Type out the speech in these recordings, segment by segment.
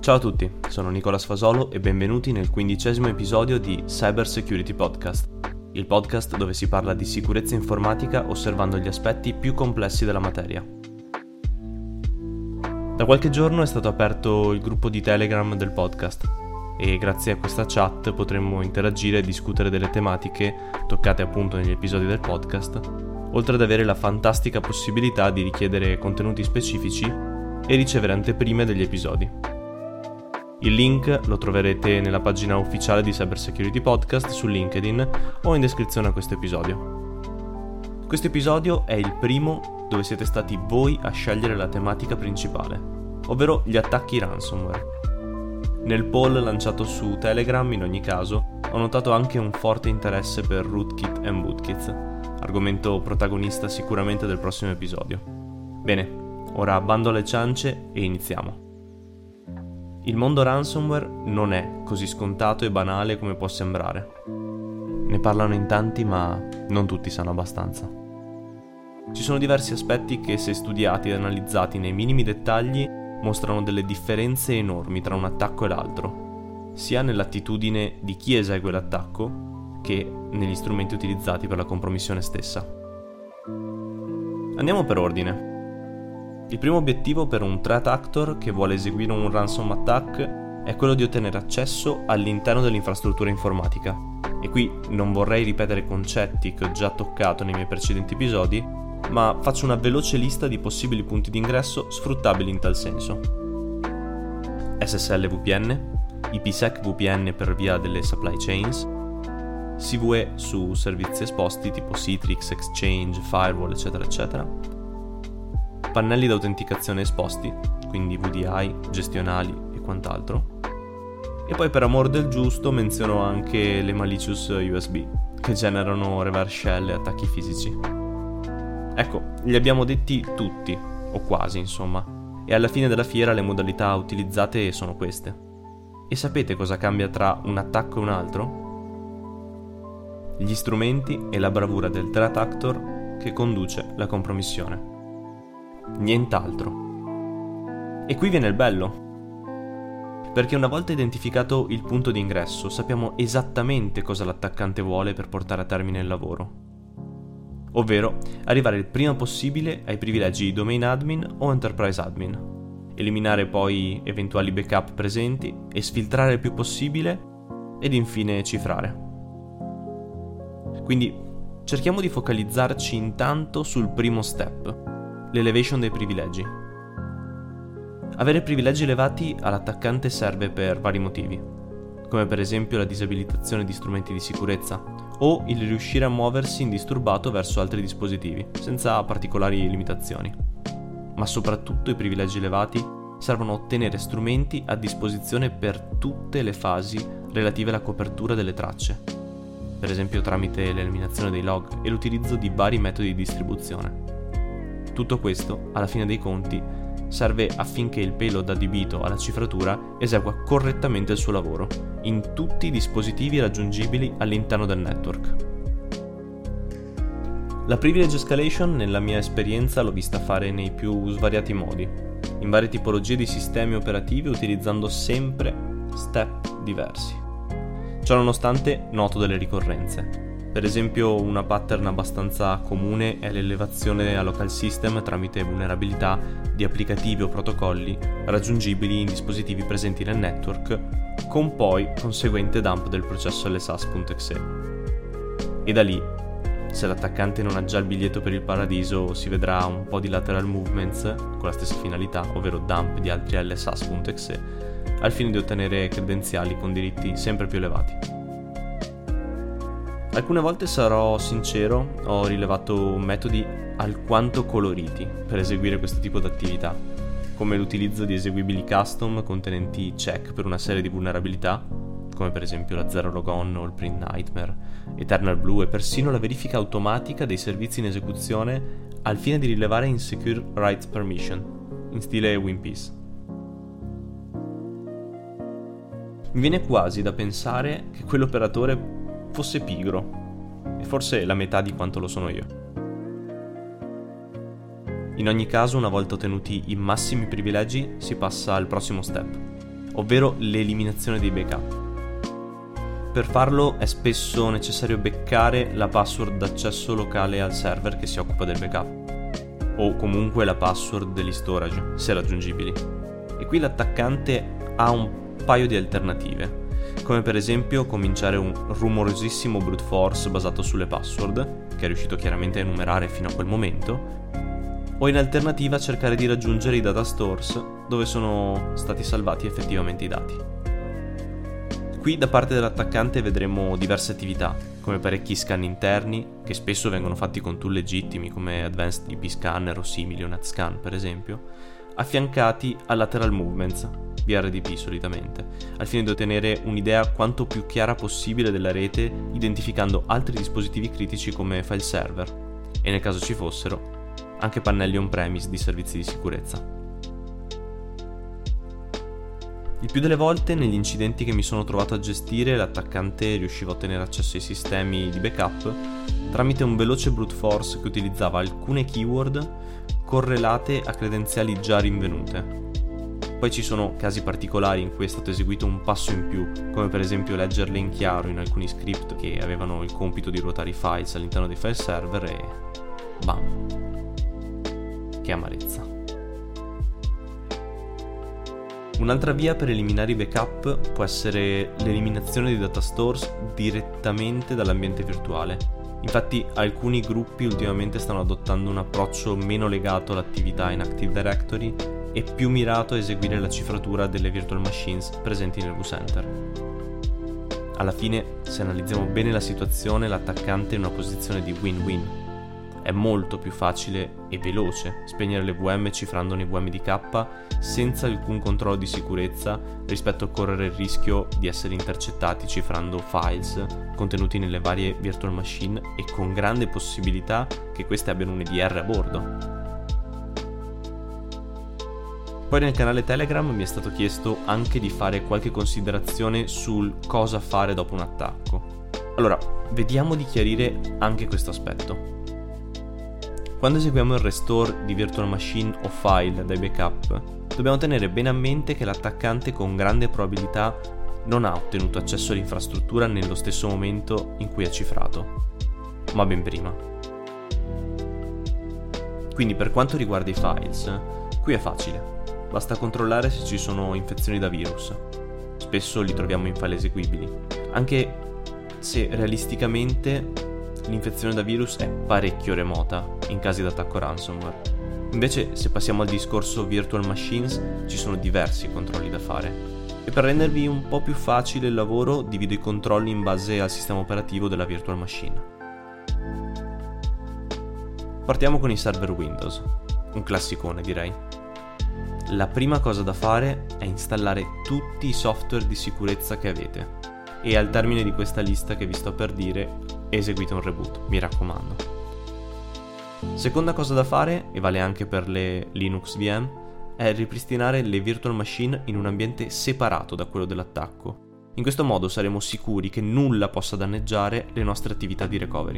Ciao a tutti, sono Nicola Sfasolo e benvenuti nel 15° episodio di Cyber Security Podcast, il podcast dove si parla di sicurezza informatica osservando gli aspetti più complessi della materia. Da qualche giorno è stato aperto il gruppo di Telegram del podcast e grazie a questa chat potremmo interagire e discutere delle tematiche toccate appunto negli episodi del podcast, oltre ad avere la fantastica possibilità di richiedere contenuti specifici e ricevere anteprime degli episodi. Il link lo troverete nella pagina ufficiale di Cyber Security Podcast su LinkedIn o in descrizione a questo episodio. Questo episodio è il primo dove siete stati voi a scegliere la tematica principale, ovvero gli attacchi ransomware. Nel poll lanciato su Telegram, in ogni caso, ho notato anche un forte interesse per rootkit e bootkits, argomento protagonista sicuramente del prossimo episodio. Bene, ora bando alle ciance e iniziamo. Il mondo ransomware non è così scontato e banale come può sembrare. Ne parlano in tanti, ma non tutti sanno abbastanza. Ci sono diversi aspetti che, se studiati ed analizzati nei minimi dettagli, mostrano delle differenze enormi tra un attacco e l'altro, sia nell'attitudine di chi esegue l'attacco, che negli strumenti utilizzati per la compromissione stessa. Andiamo per ordine. Il primo obiettivo per un threat actor che vuole eseguire un ransom attack è quello di ottenere accesso all'interno dell'infrastruttura informatica. E qui non vorrei ripetere concetti che ho già toccato nei miei precedenti episodi, ma faccio una veloce lista di possibili punti d'ingresso sfruttabili in tal senso. SSL VPN, IPsec VPN per via delle supply chains, CVE su servizi esposti tipo Citrix, Exchange, Firewall eccetera eccetera, pannelli d'autenticazione esposti, quindi VDI, gestionali e quant'altro. E poi per amor del giusto menziono anche le malicious USB, che generano reverse shell e attacchi fisici. Ecco, li abbiamo detti tutti, o quasi insomma, e alla fine della fiera le modalità utilizzate sono queste. E sapete cosa cambia tra un attacco e un altro? Gli strumenti e la bravura del threat actor che conduce la compromissione. Nient'altro. E qui viene il bello, perché una volta identificato il punto di ingresso sappiamo esattamente cosa l'attaccante vuole per portare a termine il lavoro, ovvero arrivare il prima possibile ai privilegi di domain admin o enterprise admin, eliminare poi eventuali backup presenti e sfiltrare il più possibile ed infine cifrare. Quindi cerchiamo di focalizzarci intanto sul primo step, l'elevation dei privilegi. Avere privilegi elevati all'attaccante serve per vari motivi, come per esempio la disabilitazione di strumenti di sicurezza o il riuscire a muoversi indisturbato verso altri dispositivi, senza particolari limitazioni. Ma soprattutto i privilegi elevati servono a ottenere strumenti a disposizione per tutte le fasi relative alla copertura delle tracce, per esempio tramite l'eliminazione dei log e l'utilizzo di vari metodi di distribuzione. Tutto questo, alla fine dei conti, serve affinché il payload adibito alla cifratura esegua correttamente il suo lavoro, in tutti i dispositivi raggiungibili all'interno del network. La privilege escalation, nella mia esperienza, l'ho vista fare nei più svariati modi, in varie tipologie di sistemi operativi, utilizzando sempre step diversi. Ciononostante, noto delle ricorrenze. Per esempio, una pattern abbastanza comune è l'elevazione a local system tramite vulnerabilità di applicativi o protocolli raggiungibili in dispositivi presenti nel network, con poi conseguente dump del processo lsas.exe. E da lì, se l'attaccante non ha già il biglietto per il paradiso, si vedrà un po' di lateral movements con la stessa finalità, ovvero dump di altri lsas.exe, al fine di ottenere credenziali con diritti sempre più elevati. Alcune volte, sarò sincero, ho rilevato metodi alquanto coloriti per eseguire questo tipo di attività, come l'utilizzo di eseguibili custom contenenti check per una serie di vulnerabilità, come per esempio la Zero Logon o il Print Nightmare, Eternal Blue e persino la verifica automatica dei servizi in esecuzione al fine di rilevare Insecure Write Permission, in stile WinPeace. Mi viene quasi da pensare che quell'operatore fosse pigro, e forse la metà di quanto lo sono io. In ogni caso, una volta ottenuti i massimi privilegi, si passa al prossimo step, ovvero l'eliminazione dei backup. Per farlo è spesso necessario beccare la password d'accesso locale al server che si occupa del backup, o comunque la password degli storage, se raggiungibili. E qui l'attaccante ha un paio di alternative, come per esempio cominciare un rumorosissimo brute force basato sulle password, che è riuscito chiaramente a enumerare fino a quel momento, o in alternativa cercare di raggiungere i data stores dove sono stati salvati effettivamente i dati. Qui da parte dell'attaccante vedremo diverse attività, come parecchi scan interni, che spesso vengono fatti con tool legittimi come Advanced IP Scanner o simili o NetScan per esempio, affiancati a lateral movements, BRDP solitamente, al fine di ottenere un'idea quanto più chiara possibile della rete, identificando altri dispositivi critici come file server, e nel caso ci fossero, anche pannelli on-premise di servizi di sicurezza. Il più delle volte negli incidenti che mi sono trovato a gestire l'attaccante riusciva a ottenere accesso ai sistemi di backup tramite un veloce brute force che utilizzava alcune keyword correlate a credenziali già rinvenute. Poi ci sono casi particolari in cui è stato eseguito un passo in più, come per esempio leggerle in chiaro in alcuni script che avevano il compito di ruotare i files all'interno dei file server e bam! Che amarezza. Un'altra via per eliminare i backup può essere l'eliminazione dei data stores direttamente dall'ambiente virtuale. Infatti alcuni gruppi ultimamente stanno adottando un approccio meno legato all'attività in Active Directory e più mirato a eseguire la cifratura delle virtual machines presenti nel vCenter. Alla fine, se analizziamo bene la situazione, l'attaccante è in una posizione di win-win. È molto più facile e veloce spegnere le VM cifrandone i VMDK senza alcun controllo di sicurezza rispetto a correre il rischio di essere intercettati cifrando files contenuti nelle varie virtual machine e con grande possibilità che queste abbiano un EDR a bordo. Poi nel canale Telegram mi è stato chiesto anche di fare qualche considerazione sul cosa fare dopo un attacco. Allora, vediamo di chiarire anche questo aspetto. Quando eseguiamo il restore di virtual machine o file dai backup, dobbiamo tenere bene a mente che l'attaccante con grande probabilità non ha ottenuto accesso all'infrastruttura nello stesso momento in cui ha cifrato, ma ben prima. Quindi per quanto riguarda i files, qui è facile. Basta controllare se ci sono infezioni da virus. Spesso li troviamo in file eseguibili, anche se realisticamente l'infezione da virus è parecchio remota in casi di attacco ransomware. Invece, se passiamo al discorso virtual machines, ci sono diversi controlli da fare. E per rendervi un po' più facile il lavoro, divido i controlli in base al sistema operativo della virtual machine. Partiamo con i server Windows, un classicone direi. La prima cosa da fare è installare tutti i software di sicurezza che avete e al termine di questa lista che vi sto per dire eseguite un reboot, mi raccomando. Seconda cosa da fare, e vale anche per le Linux VM, è ripristinare le virtual machine in un ambiente separato da quello dell'attacco. In questo modo saremo sicuri che nulla possa danneggiare le nostre attività di recovery.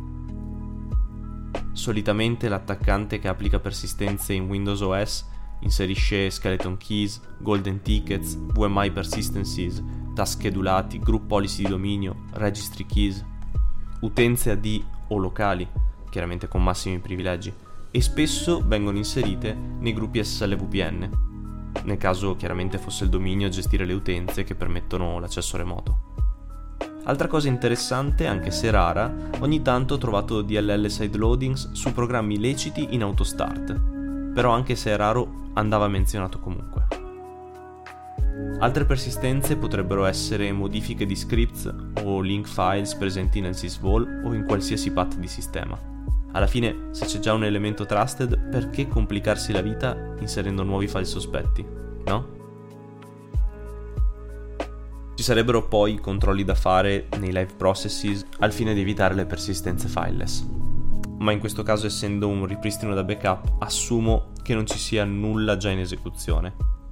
Solitamente l'attaccante che applica persistenze in Windows OS inserisce skeleton keys, golden tickets, VMI persistencies, task schedulati, group policy di dominio, registry keys, utenze AD o locali, chiaramente con massimi privilegi, e spesso vengono inserite nei gruppi SSL VPN, nel caso chiaramente fosse il dominio a gestire le utenze che permettono l'accesso remoto. Altra cosa interessante, anche se rara, ogni tanto ho trovato DLL sideloadings su programmi leciti in autostart, però anche se è raro andava menzionato comunque. Altre persistenze potrebbero essere modifiche di scripts o link files presenti nel sysvol o in qualsiasi path di sistema. Alla fine, se c'è già un elemento trusted, perché complicarsi la vita inserendo nuovi file sospetti, no? Ci sarebbero poi controlli da fare nei live processes al fine di evitare le persistenze fileless. Ma in questo caso, essendo un ripristino da backup, assumo che non ci sia nulla già in esecuzione.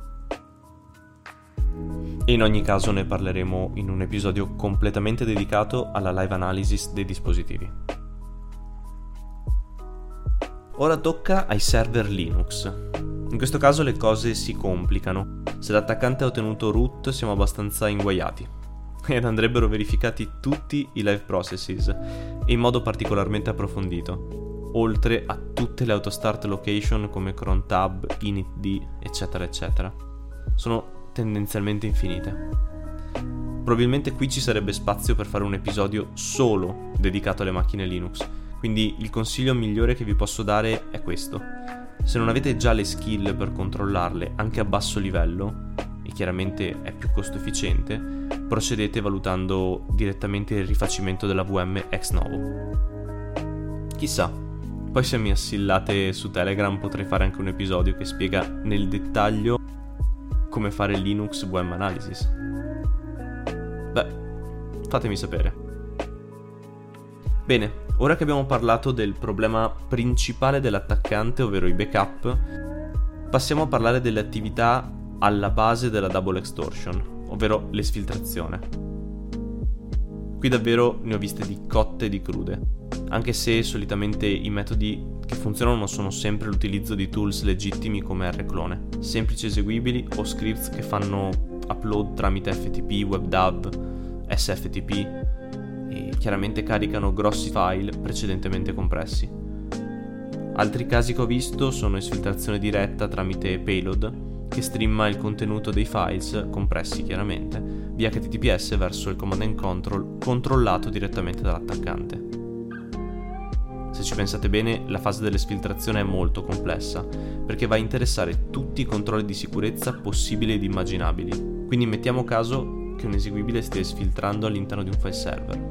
E in ogni caso ne parleremo in un episodio completamente dedicato alla live analysis dei dispositivi. Ora tocca ai server Linux. In questo caso le cose si complicano. Se l'attaccante ha ottenuto root siamo abbastanza inguaiati ed andrebbero verificati tutti i live processes e in modo particolarmente approfondito, oltre a tutte le autostart location come crontab, initd, eccetera eccetera. Sono tendenzialmente infinite. Probabilmente qui ci sarebbe spazio per fare un episodio solo dedicato alle macchine Linux, quindi il consiglio migliore che vi posso dare è questo. Se non avete già le skill per controllarle anche a basso livello, e chiaramente è più costo efficiente, procedete valutando direttamente il rifacimento della VM ex novo. Chissà, poi se mi assillate su Telegram potrei fare anche un episodio che spiega nel dettaglio come fare Linux VM Analysis. Beh, fatemi sapere. Bene, ora che abbiamo parlato del problema principale dell'attaccante, ovvero i backup, passiamo a parlare delle attività alla base della double extortion, ovvero l'esfiltrazione. Qui davvero ne ho viste di cotte e di crude, anche se solitamente i metodi che funzionano sono sempre l'utilizzo di tools legittimi come rclone, semplici eseguibili o scripts che fanno upload tramite FTP, WebDAV, SFTP e chiaramente caricano grossi file precedentemente compressi. Altri casi che ho visto sono esfiltrazione diretta tramite payload che streama il contenuto dei files, compressi chiaramente, via HTTPS verso il command and control controllato direttamente dall'attaccante. Se ci pensate bene, la fase dell'esfiltrazione è molto complessa, perché va a interessare tutti i controlli di sicurezza possibili ed immaginabili, quindi mettiamo caso che un eseguibile stia esfiltrando all'interno di un file server.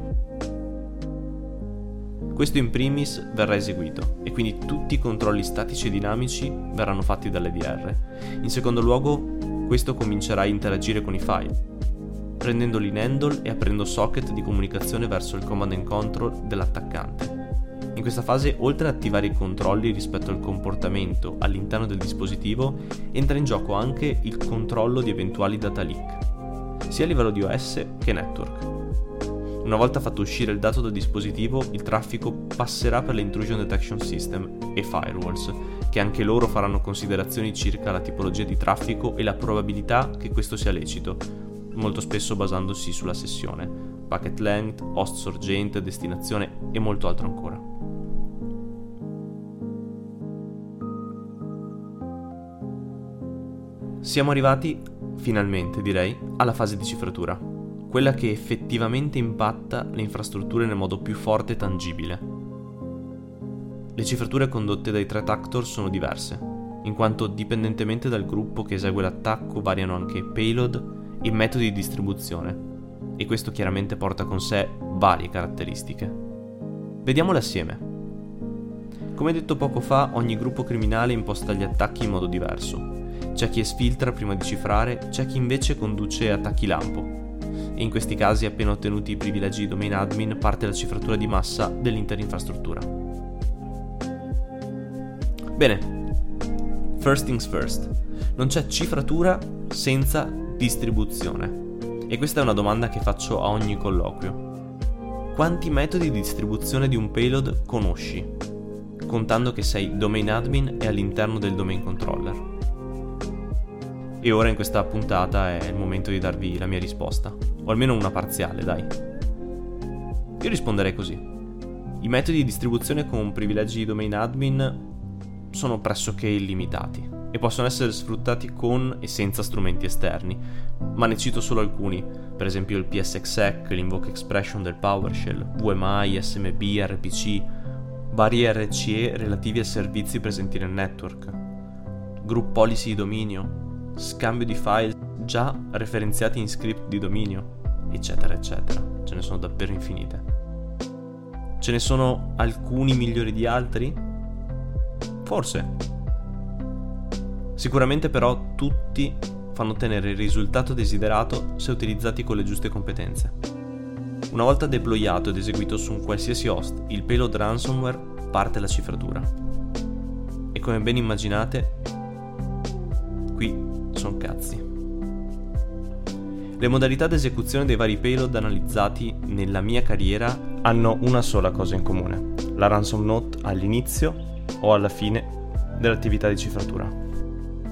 Questo in primis verrà eseguito e quindi tutti i controlli statici e dinamici verranno fatti dall'EDR. In secondo luogo, questo comincerà a interagire con i file, prendendoli in handle e aprendo socket di comunicazione verso il command and control dell'attaccante. In questa fase, oltre ad attivare i controlli rispetto al comportamento all'interno del dispositivo, entra in gioco anche il controllo di eventuali data leak, sia a livello di OS che network. Una volta fatto uscire il dato dal dispositivo, il traffico passerà per le Intrusion Detection System e firewalls, che anche loro faranno considerazioni circa la tipologia di traffico e la probabilità che questo sia lecito, molto spesso basandosi sulla sessione, packet length, host sorgente, destinazione e molto altro ancora. Siamo arrivati, finalmente direi, alla fase di cifratura, quella che effettivamente impatta le infrastrutture nel modo più forte e tangibile. Le cifrature condotte dai threat actor sono diverse, in quanto dipendentemente dal gruppo che esegue l'attacco variano anche payload e metodi di distribuzione, e questo chiaramente porta con sé varie caratteristiche. Vediamole assieme. Come detto poco fa, ogni gruppo criminale imposta gli attacchi in modo diverso. C'è chi esfiltra prima di cifrare, c'è chi invece conduce attacchi lampo. E in questi casi, appena ottenuti i privilegi di domain admin, parte la cifratura di massa dell'intera infrastruttura. Bene, first things first, non c'è cifratura senza distribuzione. E questa è una domanda che faccio a ogni colloquio. Quanti metodi di distribuzione di un payload conosci, contando che sei domain admin e all'interno del domain controller? E ora in questa puntata è il momento di darvi la mia risposta, o almeno una parziale, dai. Io risponderei così. I metodi di distribuzione con privilegi di domain admin sono pressoché illimitati e possono essere sfruttati con e senza strumenti esterni, ma ne cito solo alcuni, per esempio il PSExec, l'invoke expression del PowerShell, VMI, SMB, RPC, vari RCE relativi a servizi presenti nel network, group policy di dominio, scambio di file già referenziati in script di dominio, eccetera eccetera. Ce ne sono davvero infinite. Ce ne sono alcuni migliori di altri? Forse. Sicuramente però tutti fanno ottenere il risultato desiderato se utilizzati con le giuste competenze. Una volta deployato ed eseguito su un qualsiasi host, il payload ransomware parte la cifratura. E come ben immaginate, qui sono cazzi. Le modalità di esecuzione dei vari payload analizzati nella mia carriera hanno una sola cosa in comune: la ransom note all'inizio o alla fine dell'attività di cifratura.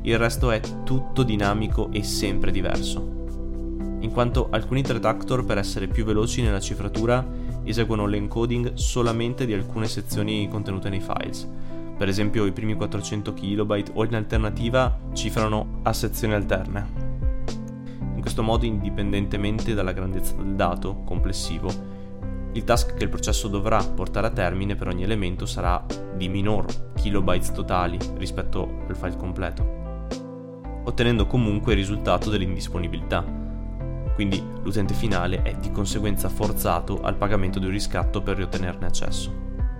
il resto è tutto dinamico e sempre diverso. In quanto alcuni threat actor, per essere più veloci nella cifratura, eseguono l'encoding solamente di alcune sezioni contenute nei files. Per esempio i primi 400 KB o in alternativa cifrano a sezioni alterne. In questo modo, indipendentemente dalla grandezza del dato complessivo, il task che il processo dovrà portare a termine per ogni elemento sarà di minor kilobytes totali rispetto al file completo, ottenendo comunque il risultato dell'indisponibilità. Quindi l'utente finale è di conseguenza forzato al pagamento di un riscatto per riottenerne accesso.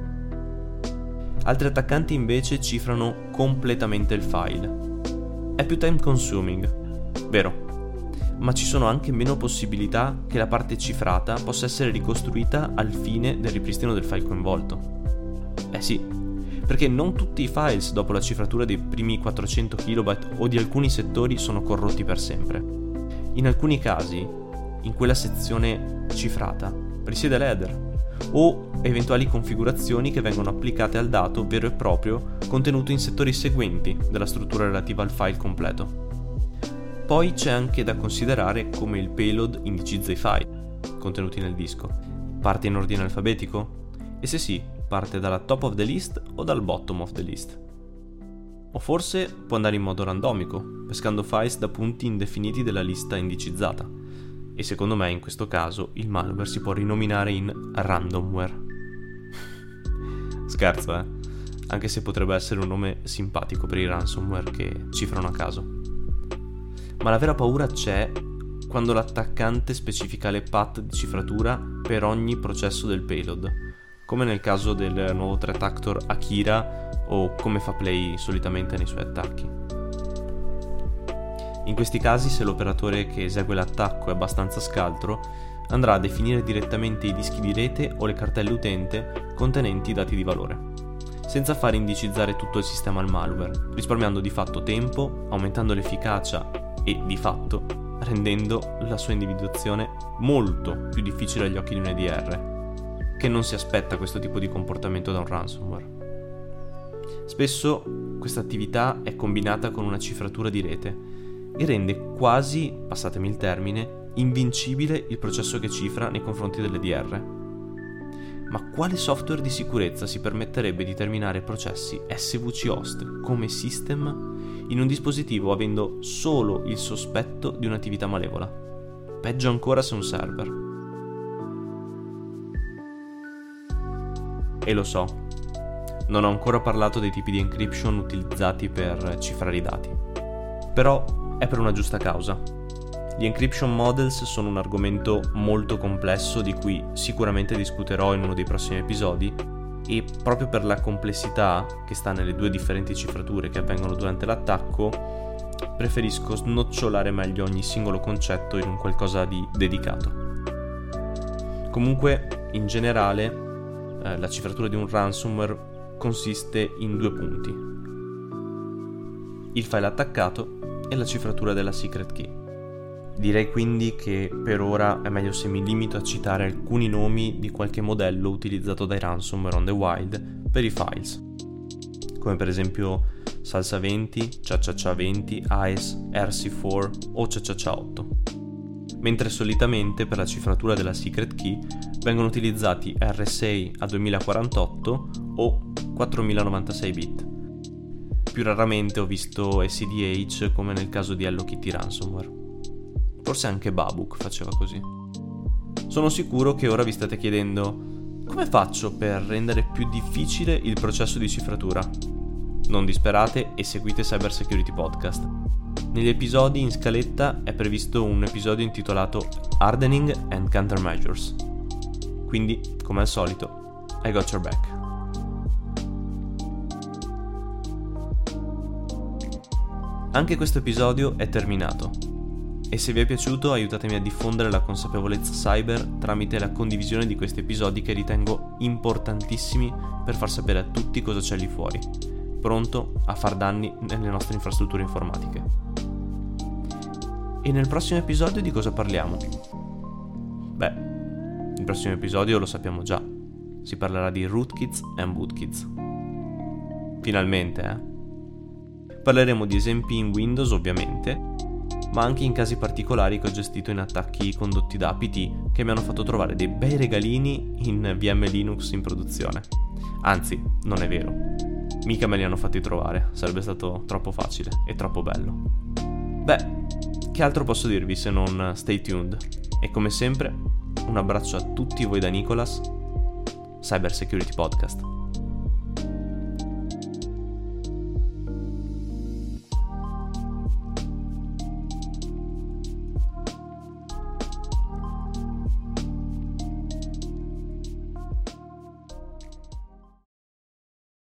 Altri attaccanti invece cifrano completamente il file. È più time consuming, vero, ma ci sono anche meno possibilità che la parte cifrata possa essere ricostruita al fine del ripristino del file coinvolto. Sì, perché non tutti i files dopo la cifratura dei primi 400 KB o di alcuni settori sono corrotti per sempre. In alcuni casi, in quella sezione cifrata, risiede l'header o eventuali configurazioni che vengono applicate al dato vero e proprio contenuto in settori seguenti della struttura relativa al file completo. Poi c'è anche da considerare come il payload indicizza i file contenuti nel disco. Parte in ordine alfabetico? E se sì, parte dalla top of the list o dal bottom of the list? O forse può andare in modo randomico, pescando files da punti indefiniti della lista indicizzata. E secondo me in questo caso il malware si può rinominare in randomware. Scherzo, anche se potrebbe essere un nome simpatico per i ransomware che cifrano a caso. Ma la vera paura c'è quando l'attaccante specifica le path di cifratura per ogni processo del payload, come nel caso del nuovo threat actor Akira o come fa Play solitamente nei suoi attacchi. In questi casi, se l'operatore che esegue l'attacco è abbastanza scaltro, andrà a definire direttamente i dischi di rete o le cartelle utente contenenti i dati di valore, senza fare indicizzare tutto il sistema al malware, risparmiando di fatto tempo, aumentando l'efficacia e, di fatto, rendendo la sua individuazione molto più difficile agli occhi di un EDR, che non si aspetta questo tipo di comportamento da un ransomware. Spesso questa attività è combinata con una cifratura di rete e rende quasi, passatemi il termine, invincibile il processo che cifra nei confronti dell'EDR. Ma quale software di sicurezza si permetterebbe di terminare processi SVC host come system in un dispositivo avendo solo il sospetto di un'attività malevola? Peggio ancora se un server. E lo so, non ho ancora parlato dei tipi di encryption utilizzati per cifrare i dati. Però è per una giusta causa. Gli encryption models sono un argomento molto complesso di cui sicuramente discuterò in uno dei prossimi episodi e proprio per la complessità che sta nelle due differenti cifrature che avvengono durante l'attacco, preferisco snocciolare meglio ogni singolo concetto in un qualcosa di dedicato. Comunque, in generale, la cifratura di un ransomware consiste in due punti: il file attaccato e la cifratura della secret key. Direi quindi che per ora è meglio se mi limito a citare alcuni nomi di qualche modello utilizzato dai ransomware on the wild per i files, come per esempio Salsa 20, Cha 20, AES, RC4 o Cha 8. Mentre solitamente per la cifratura della secret key vengono utilizzati RSA a 2048 o 4096 bit. Più raramente ho visto SDH come nel caso di Hello Kitty Ransomware. Forse anche Babuk faceva così. Sono sicuro che ora vi state chiedendo: come faccio per rendere più difficile il processo di cifratura? Non disperate e seguite Cyber Security Podcast. Negli episodi in scaletta è previsto un episodio intitolato Hardening and Countermeasures. Quindi, come al solito, I got your back. Anche questo episodio è terminato. E se vi è piaciuto, aiutatemi a diffondere la consapevolezza cyber tramite la condivisione di questi episodi che ritengo importantissimi per far sapere a tutti cosa c'è lì fuori, pronto a far danni nelle nostre infrastrutture informatiche. E nel prossimo episodio di cosa parliamo? Beh, il prossimo episodio lo sappiamo già. Si parlerà di rootkits and bootkits. Finalmente, Parleremo di esempi in Windows ovviamente, ma anche in casi particolari che ho gestito in attacchi condotti da APT che mi hanno fatto trovare dei bei regalini in VM Linux in produzione. Anzi, non è vero. Mica me li hanno fatti trovare, sarebbe stato troppo facile e troppo bello. Beh, che altro posso dirvi se non stay tuned? E come sempre, un abbraccio a tutti voi da Nicolas, Cyber Security Podcast.